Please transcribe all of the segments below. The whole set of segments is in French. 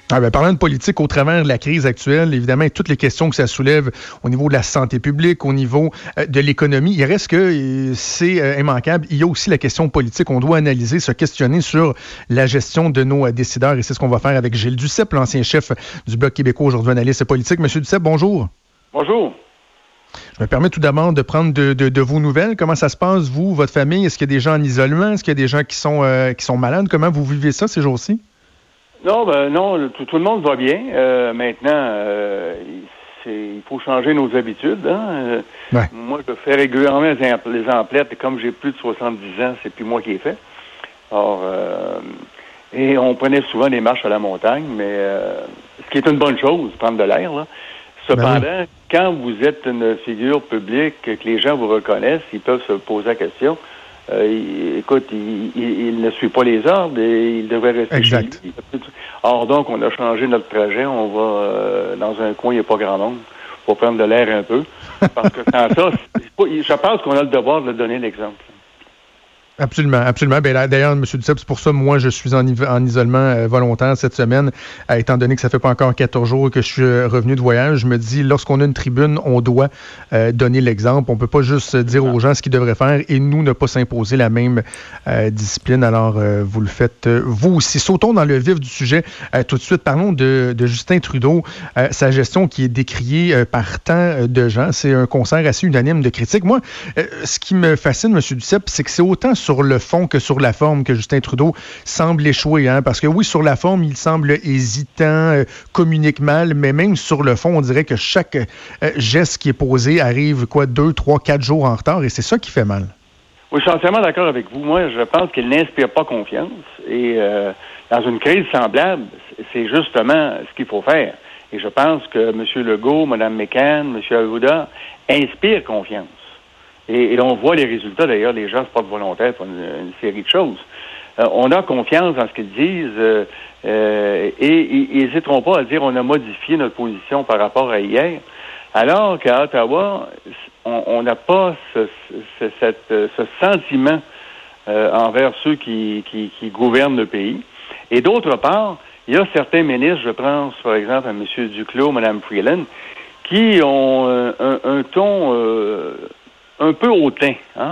Parlant de politique, au travers de la crise actuelle, évidemment, toutes les questions que ça soulève au niveau de la santé publique, au niveau de l'économie, il reste que c'est immanquable. Il y a aussi la question politique. On doit analyser, se questionner sur la gestion de nos décideurs. Et c'est ce qu'on va faire avec Gilles Duceppe, l'ancien chef du Bloc québécois, aujourd'hui analyste politique. Monsieur Duceppe, bonjour. Bonjour. Je me permets tout d'abord de prendre de vos nouvelles. Comment ça se passe, vous, votre famille? Est-ce qu'il y a des gens en isolement? Est-ce qu'il y a des gens qui sont malades? Comment vous vivez ça ces jours-ci? Non, tout le monde va bien. Maintenant, il faut changer nos habitudes. Hein? Ouais. Moi, je fais régulièrement les emplettes, et comme j'ai plus de 70 ans, c'est plus moi qui ai fait. Or, et on prenait souvent des marches à la montagne, mais ce qui est une bonne chose, prendre de l'air, là. Cependant, quand vous êtes une figure publique, que les gens vous reconnaissent, ils peuvent se poser la question. Écoute, il ne suit pas les ordres et il devrait rester exact. Chez lui. Or, donc, on a changé notre trajet. On va dans un coin, il n'y a pas grand monde, pour prendre de l'air un peu. Parce que sans ça, je pense qu'on a le devoir de donner l'exemple. Absolument, absolument. D'ailleurs, M. Duceppe, c'est pour ça, moi, je suis en isolement volontaire cette semaine, étant donné que ça fait pas encore 14 jours que je suis revenu de voyage. Je me dis, lorsqu'on a une tribune, on doit donner l'exemple. On peut pas juste dire aux gens ce qu'ils devraient faire et nous ne pas s'imposer la même discipline. Alors, vous le faites vous aussi. Sautons dans le vif du sujet tout de suite. Parlons de Justin Trudeau, sa gestion qui est décriée par tant de gens. C'est un concert assez unanime de critiques. Moi, ce qui me fascine, M. Duceppe, c'est que c'est autant sur le fond que sur la forme que Justin Trudeau semble échouer. Hein? Parce que oui, sur la forme, il semble hésitant, communique mal, mais même sur le fond, on dirait que chaque geste qui est posé arrive 2, 3, 4 jours en retard et c'est ça qui fait mal. Oui, je suis entièrement d'accord avec vous. Moi, je pense qu'il n'inspire pas confiance et dans une crise semblable, c'est justement ce qu'il faut faire. Et je pense que M. Legault, Mme McCann, M. Arruda inspirent confiance. Et on voit les résultats, d'ailleurs, les gens se portent volontaires pour une série de choses. On a confiance dans ce qu'ils disent et ils n'hésiteront pas à dire on a modifié notre position par rapport à hier, alors qu'à Ottawa, on n'a pas ce sentiment envers ceux qui gouvernent le pays. Et d'autre part, il y a certains ministres, je pense par exemple à M. Duclos, Mme Freeland, qui ont un ton un peu hautain, hein?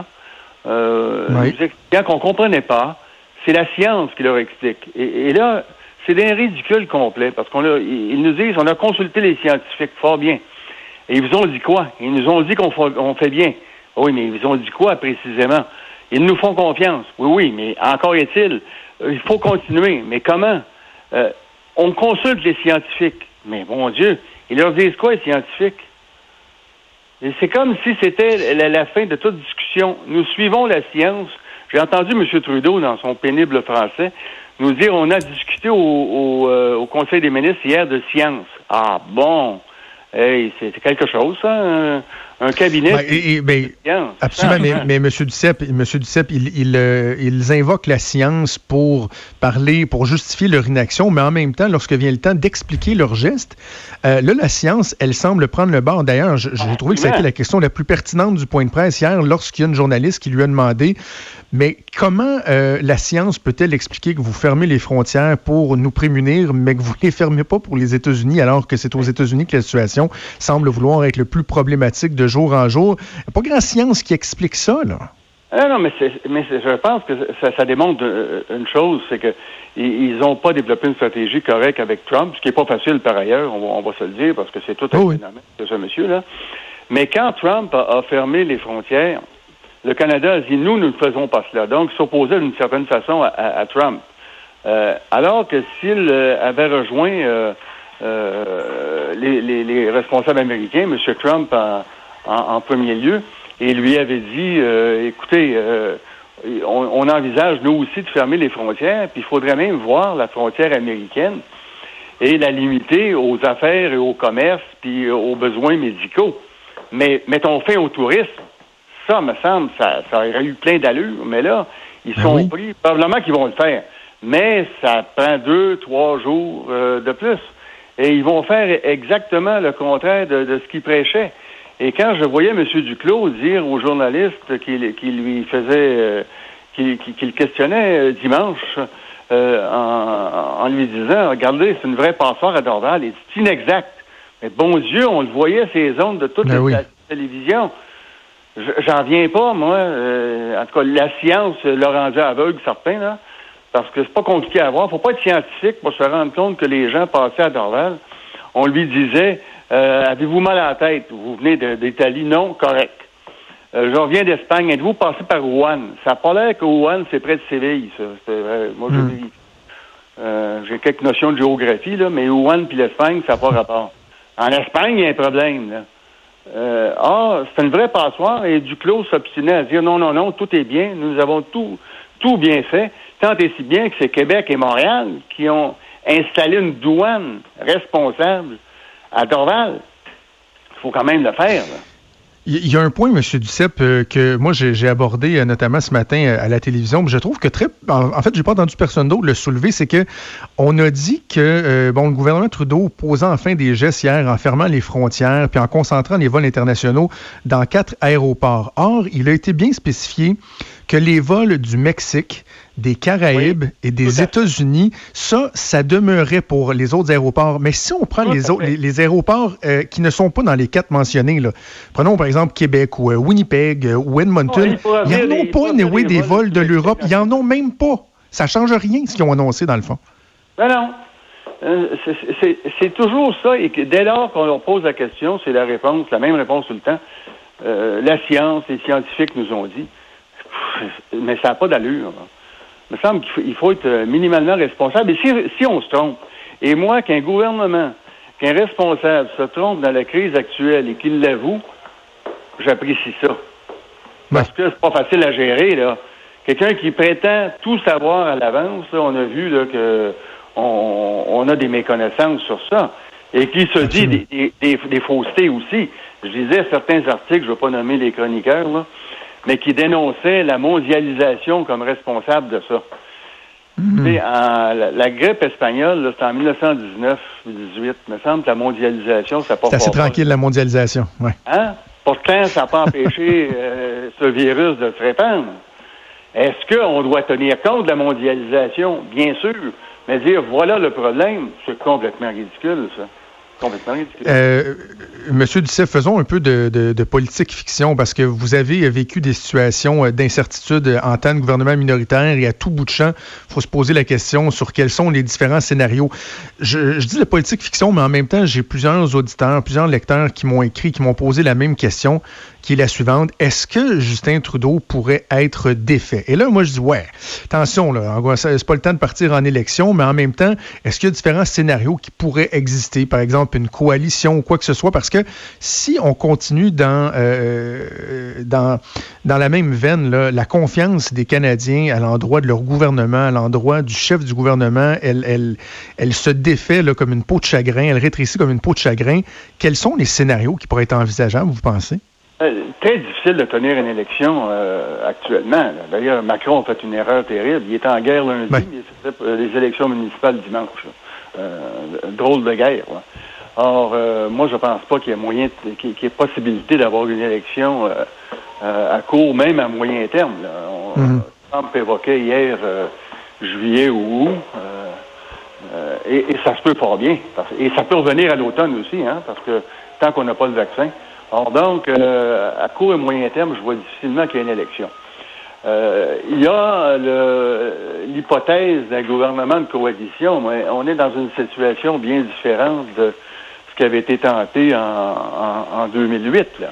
Oui. Nous expliquant qu'on ne comprenait pas. C'est la science qui leur explique. Et là, c'est d'un ridicule complet, parce ils nous disent, on a consulté les scientifiques fort bien. Et ils vous ont dit quoi? Ils nous ont dit qu'on fait bien. Oui, mais ils vous ont dit quoi précisément? Ils nous font confiance. Oui, mais encore est-il, il faut continuer. Mais comment? On consulte les scientifiques. Mais mon Dieu, ils leur disent quoi, les scientifiques? Et c'est comme si c'était la fin de toute discussion. Nous suivons la science. J'ai entendu M. Trudeau, dans son pénible français, nous dire on a discuté au Conseil des ministres hier de science. Ah bon! Hey, c'est quelque chose, ça, un cabinet. Absolument, mais M. Duceppe, ils invoquent la science pour parler, pour justifier leur inaction, mais en même temps, lorsque vient le temps d'expliquer leurs gestes, là, la science, elle semble prendre le bord. D'ailleurs, j'ai trouvé que ça a été la question la plus pertinente du point de presse hier, lorsqu'il y a une journaliste qui lui a demandé mais comment la science peut-elle expliquer que vous fermez les frontières pour nous prémunir, mais que vous ne les fermez pas pour les États-Unis, alors que c'est aux États-Unis que la situation semble vouloir être le plus problématique de jour en jour? Il n'y a pas grand science qui explique ça, là. Non, mais je pense que ça démontre une chose, c'est que ils n'ont pas développé une stratégie correcte avec Trump, ce qui n'est pas facile par ailleurs, on va se le dire, parce que c'est tout un phénomène de ce monsieur-là. Mais quand Trump a fermé les frontières, le Canada a dit, nous ne faisons pas cela. Donc, s'opposait d'une certaine façon à Trump. Alors que s'il avait rejoint les responsables américains, M. Trump en premier lieu, et lui avait dit, écoutez, on envisage, nous aussi, de fermer les frontières, puis il faudrait même voir la frontière américaine et la limiter aux affaires et au commerce, puis aux besoins médicaux. Mais mettons fin au tourisme. Ça, me semble, ça aurait eu plein d'allure, mais là, ils sont pris, probablement qu'ils vont le faire. Mais ça prend 2-3 jours de plus. Et ils vont faire exactement le contraire de ce qu'ils prêchaient. Et quand je voyais M. Duclos dire aux journalistes qui lui faisait, qui le questionnait dimanche, en lui disant, regardez, c'est une vraie passoire à Dorval, et c'est inexact. Mais bon Dieu, on le voyait, ces ondes de toutes les télévisions. J'en viens pas, moi. En tout cas, la science l'a rendu aveugle, certains, là, parce que c'est pas compliqué à voir. Faut pas être scientifique pour se rendre compte que les gens passaient à Dorval. On lui disait, avez-vous mal à la tête? Vous venez d'Italie? Non? Correct. Je reviens d'Espagne. Êtes-vous passé par Wuhan? Ça n'a pas l'air que Wuhan, c'est près de Séville, ça. Moi, j'ai quelques notions de géographie, là, mais Wuhan puis l'Espagne, ça n'a pas rapport. En Espagne, il y a un problème, là. C'est une vraie passoire, et Duclos s'obstinait à dire non, tout est bien, nous avons tout bien fait, tant et si bien que c'est Québec et Montréal qui ont installé une douane responsable à Dorval. Il faut quand même le faire, là. Il y a un point, M. Duceppe, que moi j'ai abordé notamment ce matin à la télévision, mais je trouve que en fait, j'ai pas entendu personne d'autre le soulever, c'est que on a dit que le gouvernement Trudeau posant enfin des gestes hier en fermant les frontières puis en concentrant les vols internationaux dans 4 aéroports. Or, il a été bien spécifié que les vols du Mexique, des Caraïbes et des États-Unis, ça demeurait pour les autres aéroports. Mais si on prend les aéroports qui ne sont pas dans les 4 mentionnés, là, prenons par exemple Québec ou Winnipeg ou Edmonton, il n'y en a pas des vols de l'Europe. Il n'y en a même pas. Ça ne change rien ce qu'ils ont annoncé dans le fond. Non. C'est toujours ça. Et que dès lors qu'on leur pose la question, c'est la même réponse tout le temps. La science, les scientifiques nous ont dit. Mais ça n'a pas d'allure. Il me semble qu'il faut être minimalement responsable. Et si on se trompe, et moi, qu'un gouvernement, qu'un responsable se trompe dans la crise actuelle et qu'il l'avoue, j'apprécie ça. Parce que c'est pas facile à gérer, là. Quelqu'un qui prétend tout savoir à l'avance, là, on a vu là, que on a des méconnaissances sur ça. Et qui se dit des faussetés aussi. Je lisais certains articles, je ne vais pas nommer les chroniqueurs, là, mais qui dénonçait la mondialisation comme responsable de ça. La grippe espagnole, là, c'était en 1919-18. Il me semble que la mondialisation, ça n'a pas... C'est assez tranquille, la mondialisation, oui. Hein? Pourtant, ça n'a pas empêché ce virus de se répandre. Est-ce qu'on doit tenir compte de la mondialisation? Bien sûr. Mais dire, voilà le problème, c'est complètement ridicule, ça. Complètement ridicule. Monsieur Duceppe, faisons un peu de politique fiction parce que vous avez vécu des situations d'incertitude en temps de gouvernement minoritaire et à tout bout de champ, il faut se poser la question sur quels sont les différents scénarios. Je dis la politique fiction, mais en même temps, j'ai plusieurs auditeurs, plusieurs lecteurs qui m'ont écrit, qui m'ont posé la même question, qui est la suivante. Est-ce que Justin Trudeau pourrait être défait? Et là, moi, je dis, attention, là, c'est pas le temps de partir en élection, mais en même temps, est-ce qu'il y a différents scénarios qui pourraient exister? Par exemple, une coalition ou quoi que ce soit, parce que si on continue dans la même veine, là, la confiance des Canadiens à l'endroit de leur gouvernement, à l'endroit du chef du gouvernement, elle se défait là, comme une peau de chagrin, elle rétrécit comme une peau de chagrin. Quels sont les scénarios qui pourraient être envisageables, vous pensez? Très difficile de tenir une élection actuellement. Là. D'ailleurs, Macron a fait une erreur terrible. Il était en guerre lundi, mais c'était les élections municipales dimanche. Drôle de guerre. Là. Or, moi, je pense pas qu'il y ait moyen, qu'il y ait possibilité d'avoir une élection à court, même à moyen terme. Là. Trump évoquait hier juillet ou août, et ça se peut fort bien. Et ça peut revenir à l'automne aussi, hein, parce que tant qu'on n'a pas le vaccin. Or, donc, à court et moyen terme, je vois difficilement qu'il y ait une élection. Il y a l'hypothèse d'un gouvernement de coalition, mais on est dans une situation bien différente de ce qui avait été tenté en 2008. Là.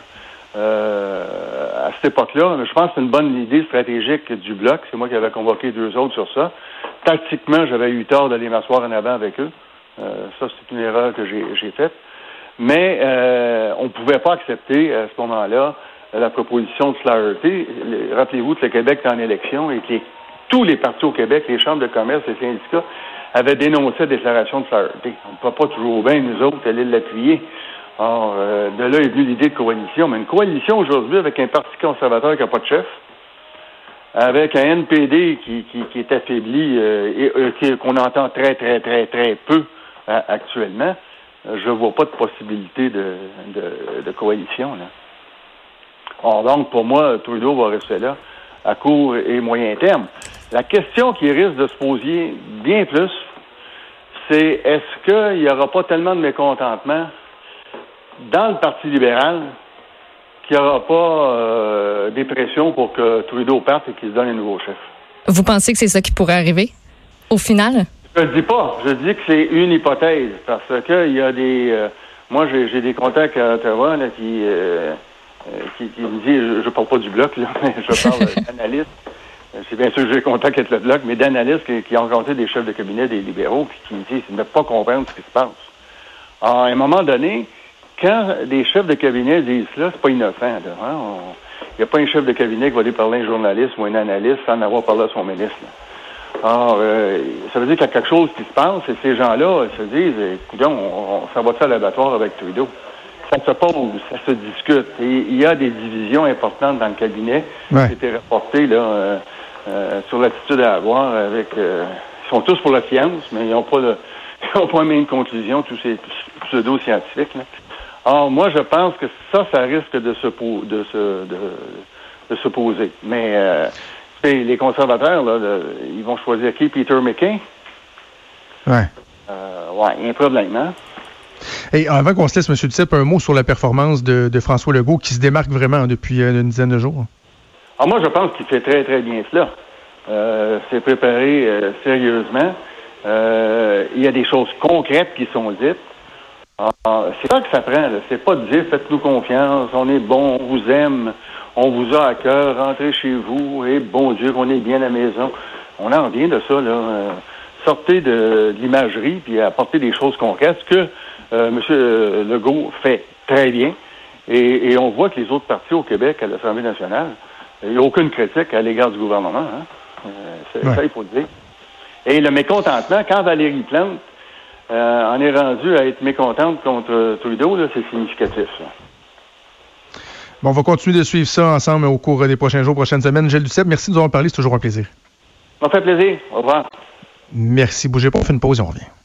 À cette époque-là, je pense que c'est une bonne idée stratégique du Bloc. C'est moi qui avais convoqué 2 autres sur ça. Tactiquement, j'avais eu tort d'aller m'asseoir en avant avec eux. Ça, c'est une erreur que j'ai faite. Mais on ne pouvait pas accepter à ce moment-là la proposition de Flaherty. Rappelez-vous que le Québec est en élection et que tous les partis au Québec, les chambres de commerce, les syndicats, avaient dénoncé la déclaration de Flaherty. On ne peut pas toujours bien, nous autres, aller l'appuyer. Or, de là est venue l'idée de coalition. Mais une coalition aujourd'hui avec un parti conservateur qui n'a pas de chef, avec un NPD qui est affaibli et qu'on entend très, très, très, très peu actuellement, je vois pas de possibilité de coalition, là. Or, donc, pour moi, Trudeau va rester là à court et moyen terme. La question qui risque de se poser bien plus, c'est est-ce qu'il n'y aura pas tellement de mécontentement dans le Parti libéral qu'il n'y aura pas des pressions pour que Trudeau parte et qu'il se donne un nouveau chef? Vous pensez que c'est ça qui pourrait arriver, au final? Je ne le dis pas. Je dis que c'est une hypothèse, parce que il y a des... moi, j'ai des contacts à Ottawa là, qui me disent... Je parle pas du Bloc, là, mais je parle d'analystes. C'est bien sûr que j'ai contact avec le Bloc, mais d'analystes qui ont rencontré des chefs de cabinet des libéraux puis qui me disent de ne pas comprendre ce qui se passe. Alors, à un moment donné, quand des chefs de cabinet disent cela, c'est pas innocent. Il n'y a pas un chef de cabinet qui va aller parler à un journaliste ou un analyste sans en avoir parlé à son ministre. Alors, ça veut dire qu'il y a quelque chose qui se passe et ces gens-là se disent, écoute, on s'en va-tu à l'abattoir avec Trudeau? Ça se pose, ça se discute. Et il y a des divisions importantes dans le cabinet qui étaient rapportées là, sur l'attitude à avoir avec... ils sont tous pour la science, mais ils n'ont pas la même conclusion, tous ces pseudo-scientifiques. Là. Alors, moi, je pense que ça risque de se poser. Mais les conservateurs, là, ils vont choisir qui? Peter McKay? Ouais. Il y a un problème, hein? Et avant qu'on se laisse, M. Duceppe, un mot sur la performance de François Legault qui se démarque vraiment depuis une dizaine de jours. Alors moi, je pense qu'il fait très, très bien cela. C'est préparé sérieusement. Il y a des choses concrètes qui sont dites. C'est ça que ça prend. Là. C'est pas de dire faites-nous confiance, on est bon, on vous aime, on vous a à cœur, rentrez chez vous, et bon Dieu qu'on est bien à la maison. On en revient de ça, là. Sortez de l'imagerie puis apportez des choses concrètes, ce que M. Legault fait très bien. Et on voit que les autres partis au Québec, à l'Assemblée nationale, il n'y a aucune critique à l'égard du gouvernement. Hein? Ça, il faut le dire. Et le mécontentement, quand Valérie Plante en est rendue à être mécontente contre Trudeau, là, c'est significatif. Ça. Bon, on va continuer de suivre ça ensemble au cours des prochains jours, prochaines semaines. Gilles Duceppe, merci de nous avoir parlé, c'est toujours un plaisir. Ça fait plaisir. Au revoir. Merci. Bougez pas, on fait une pause et on revient.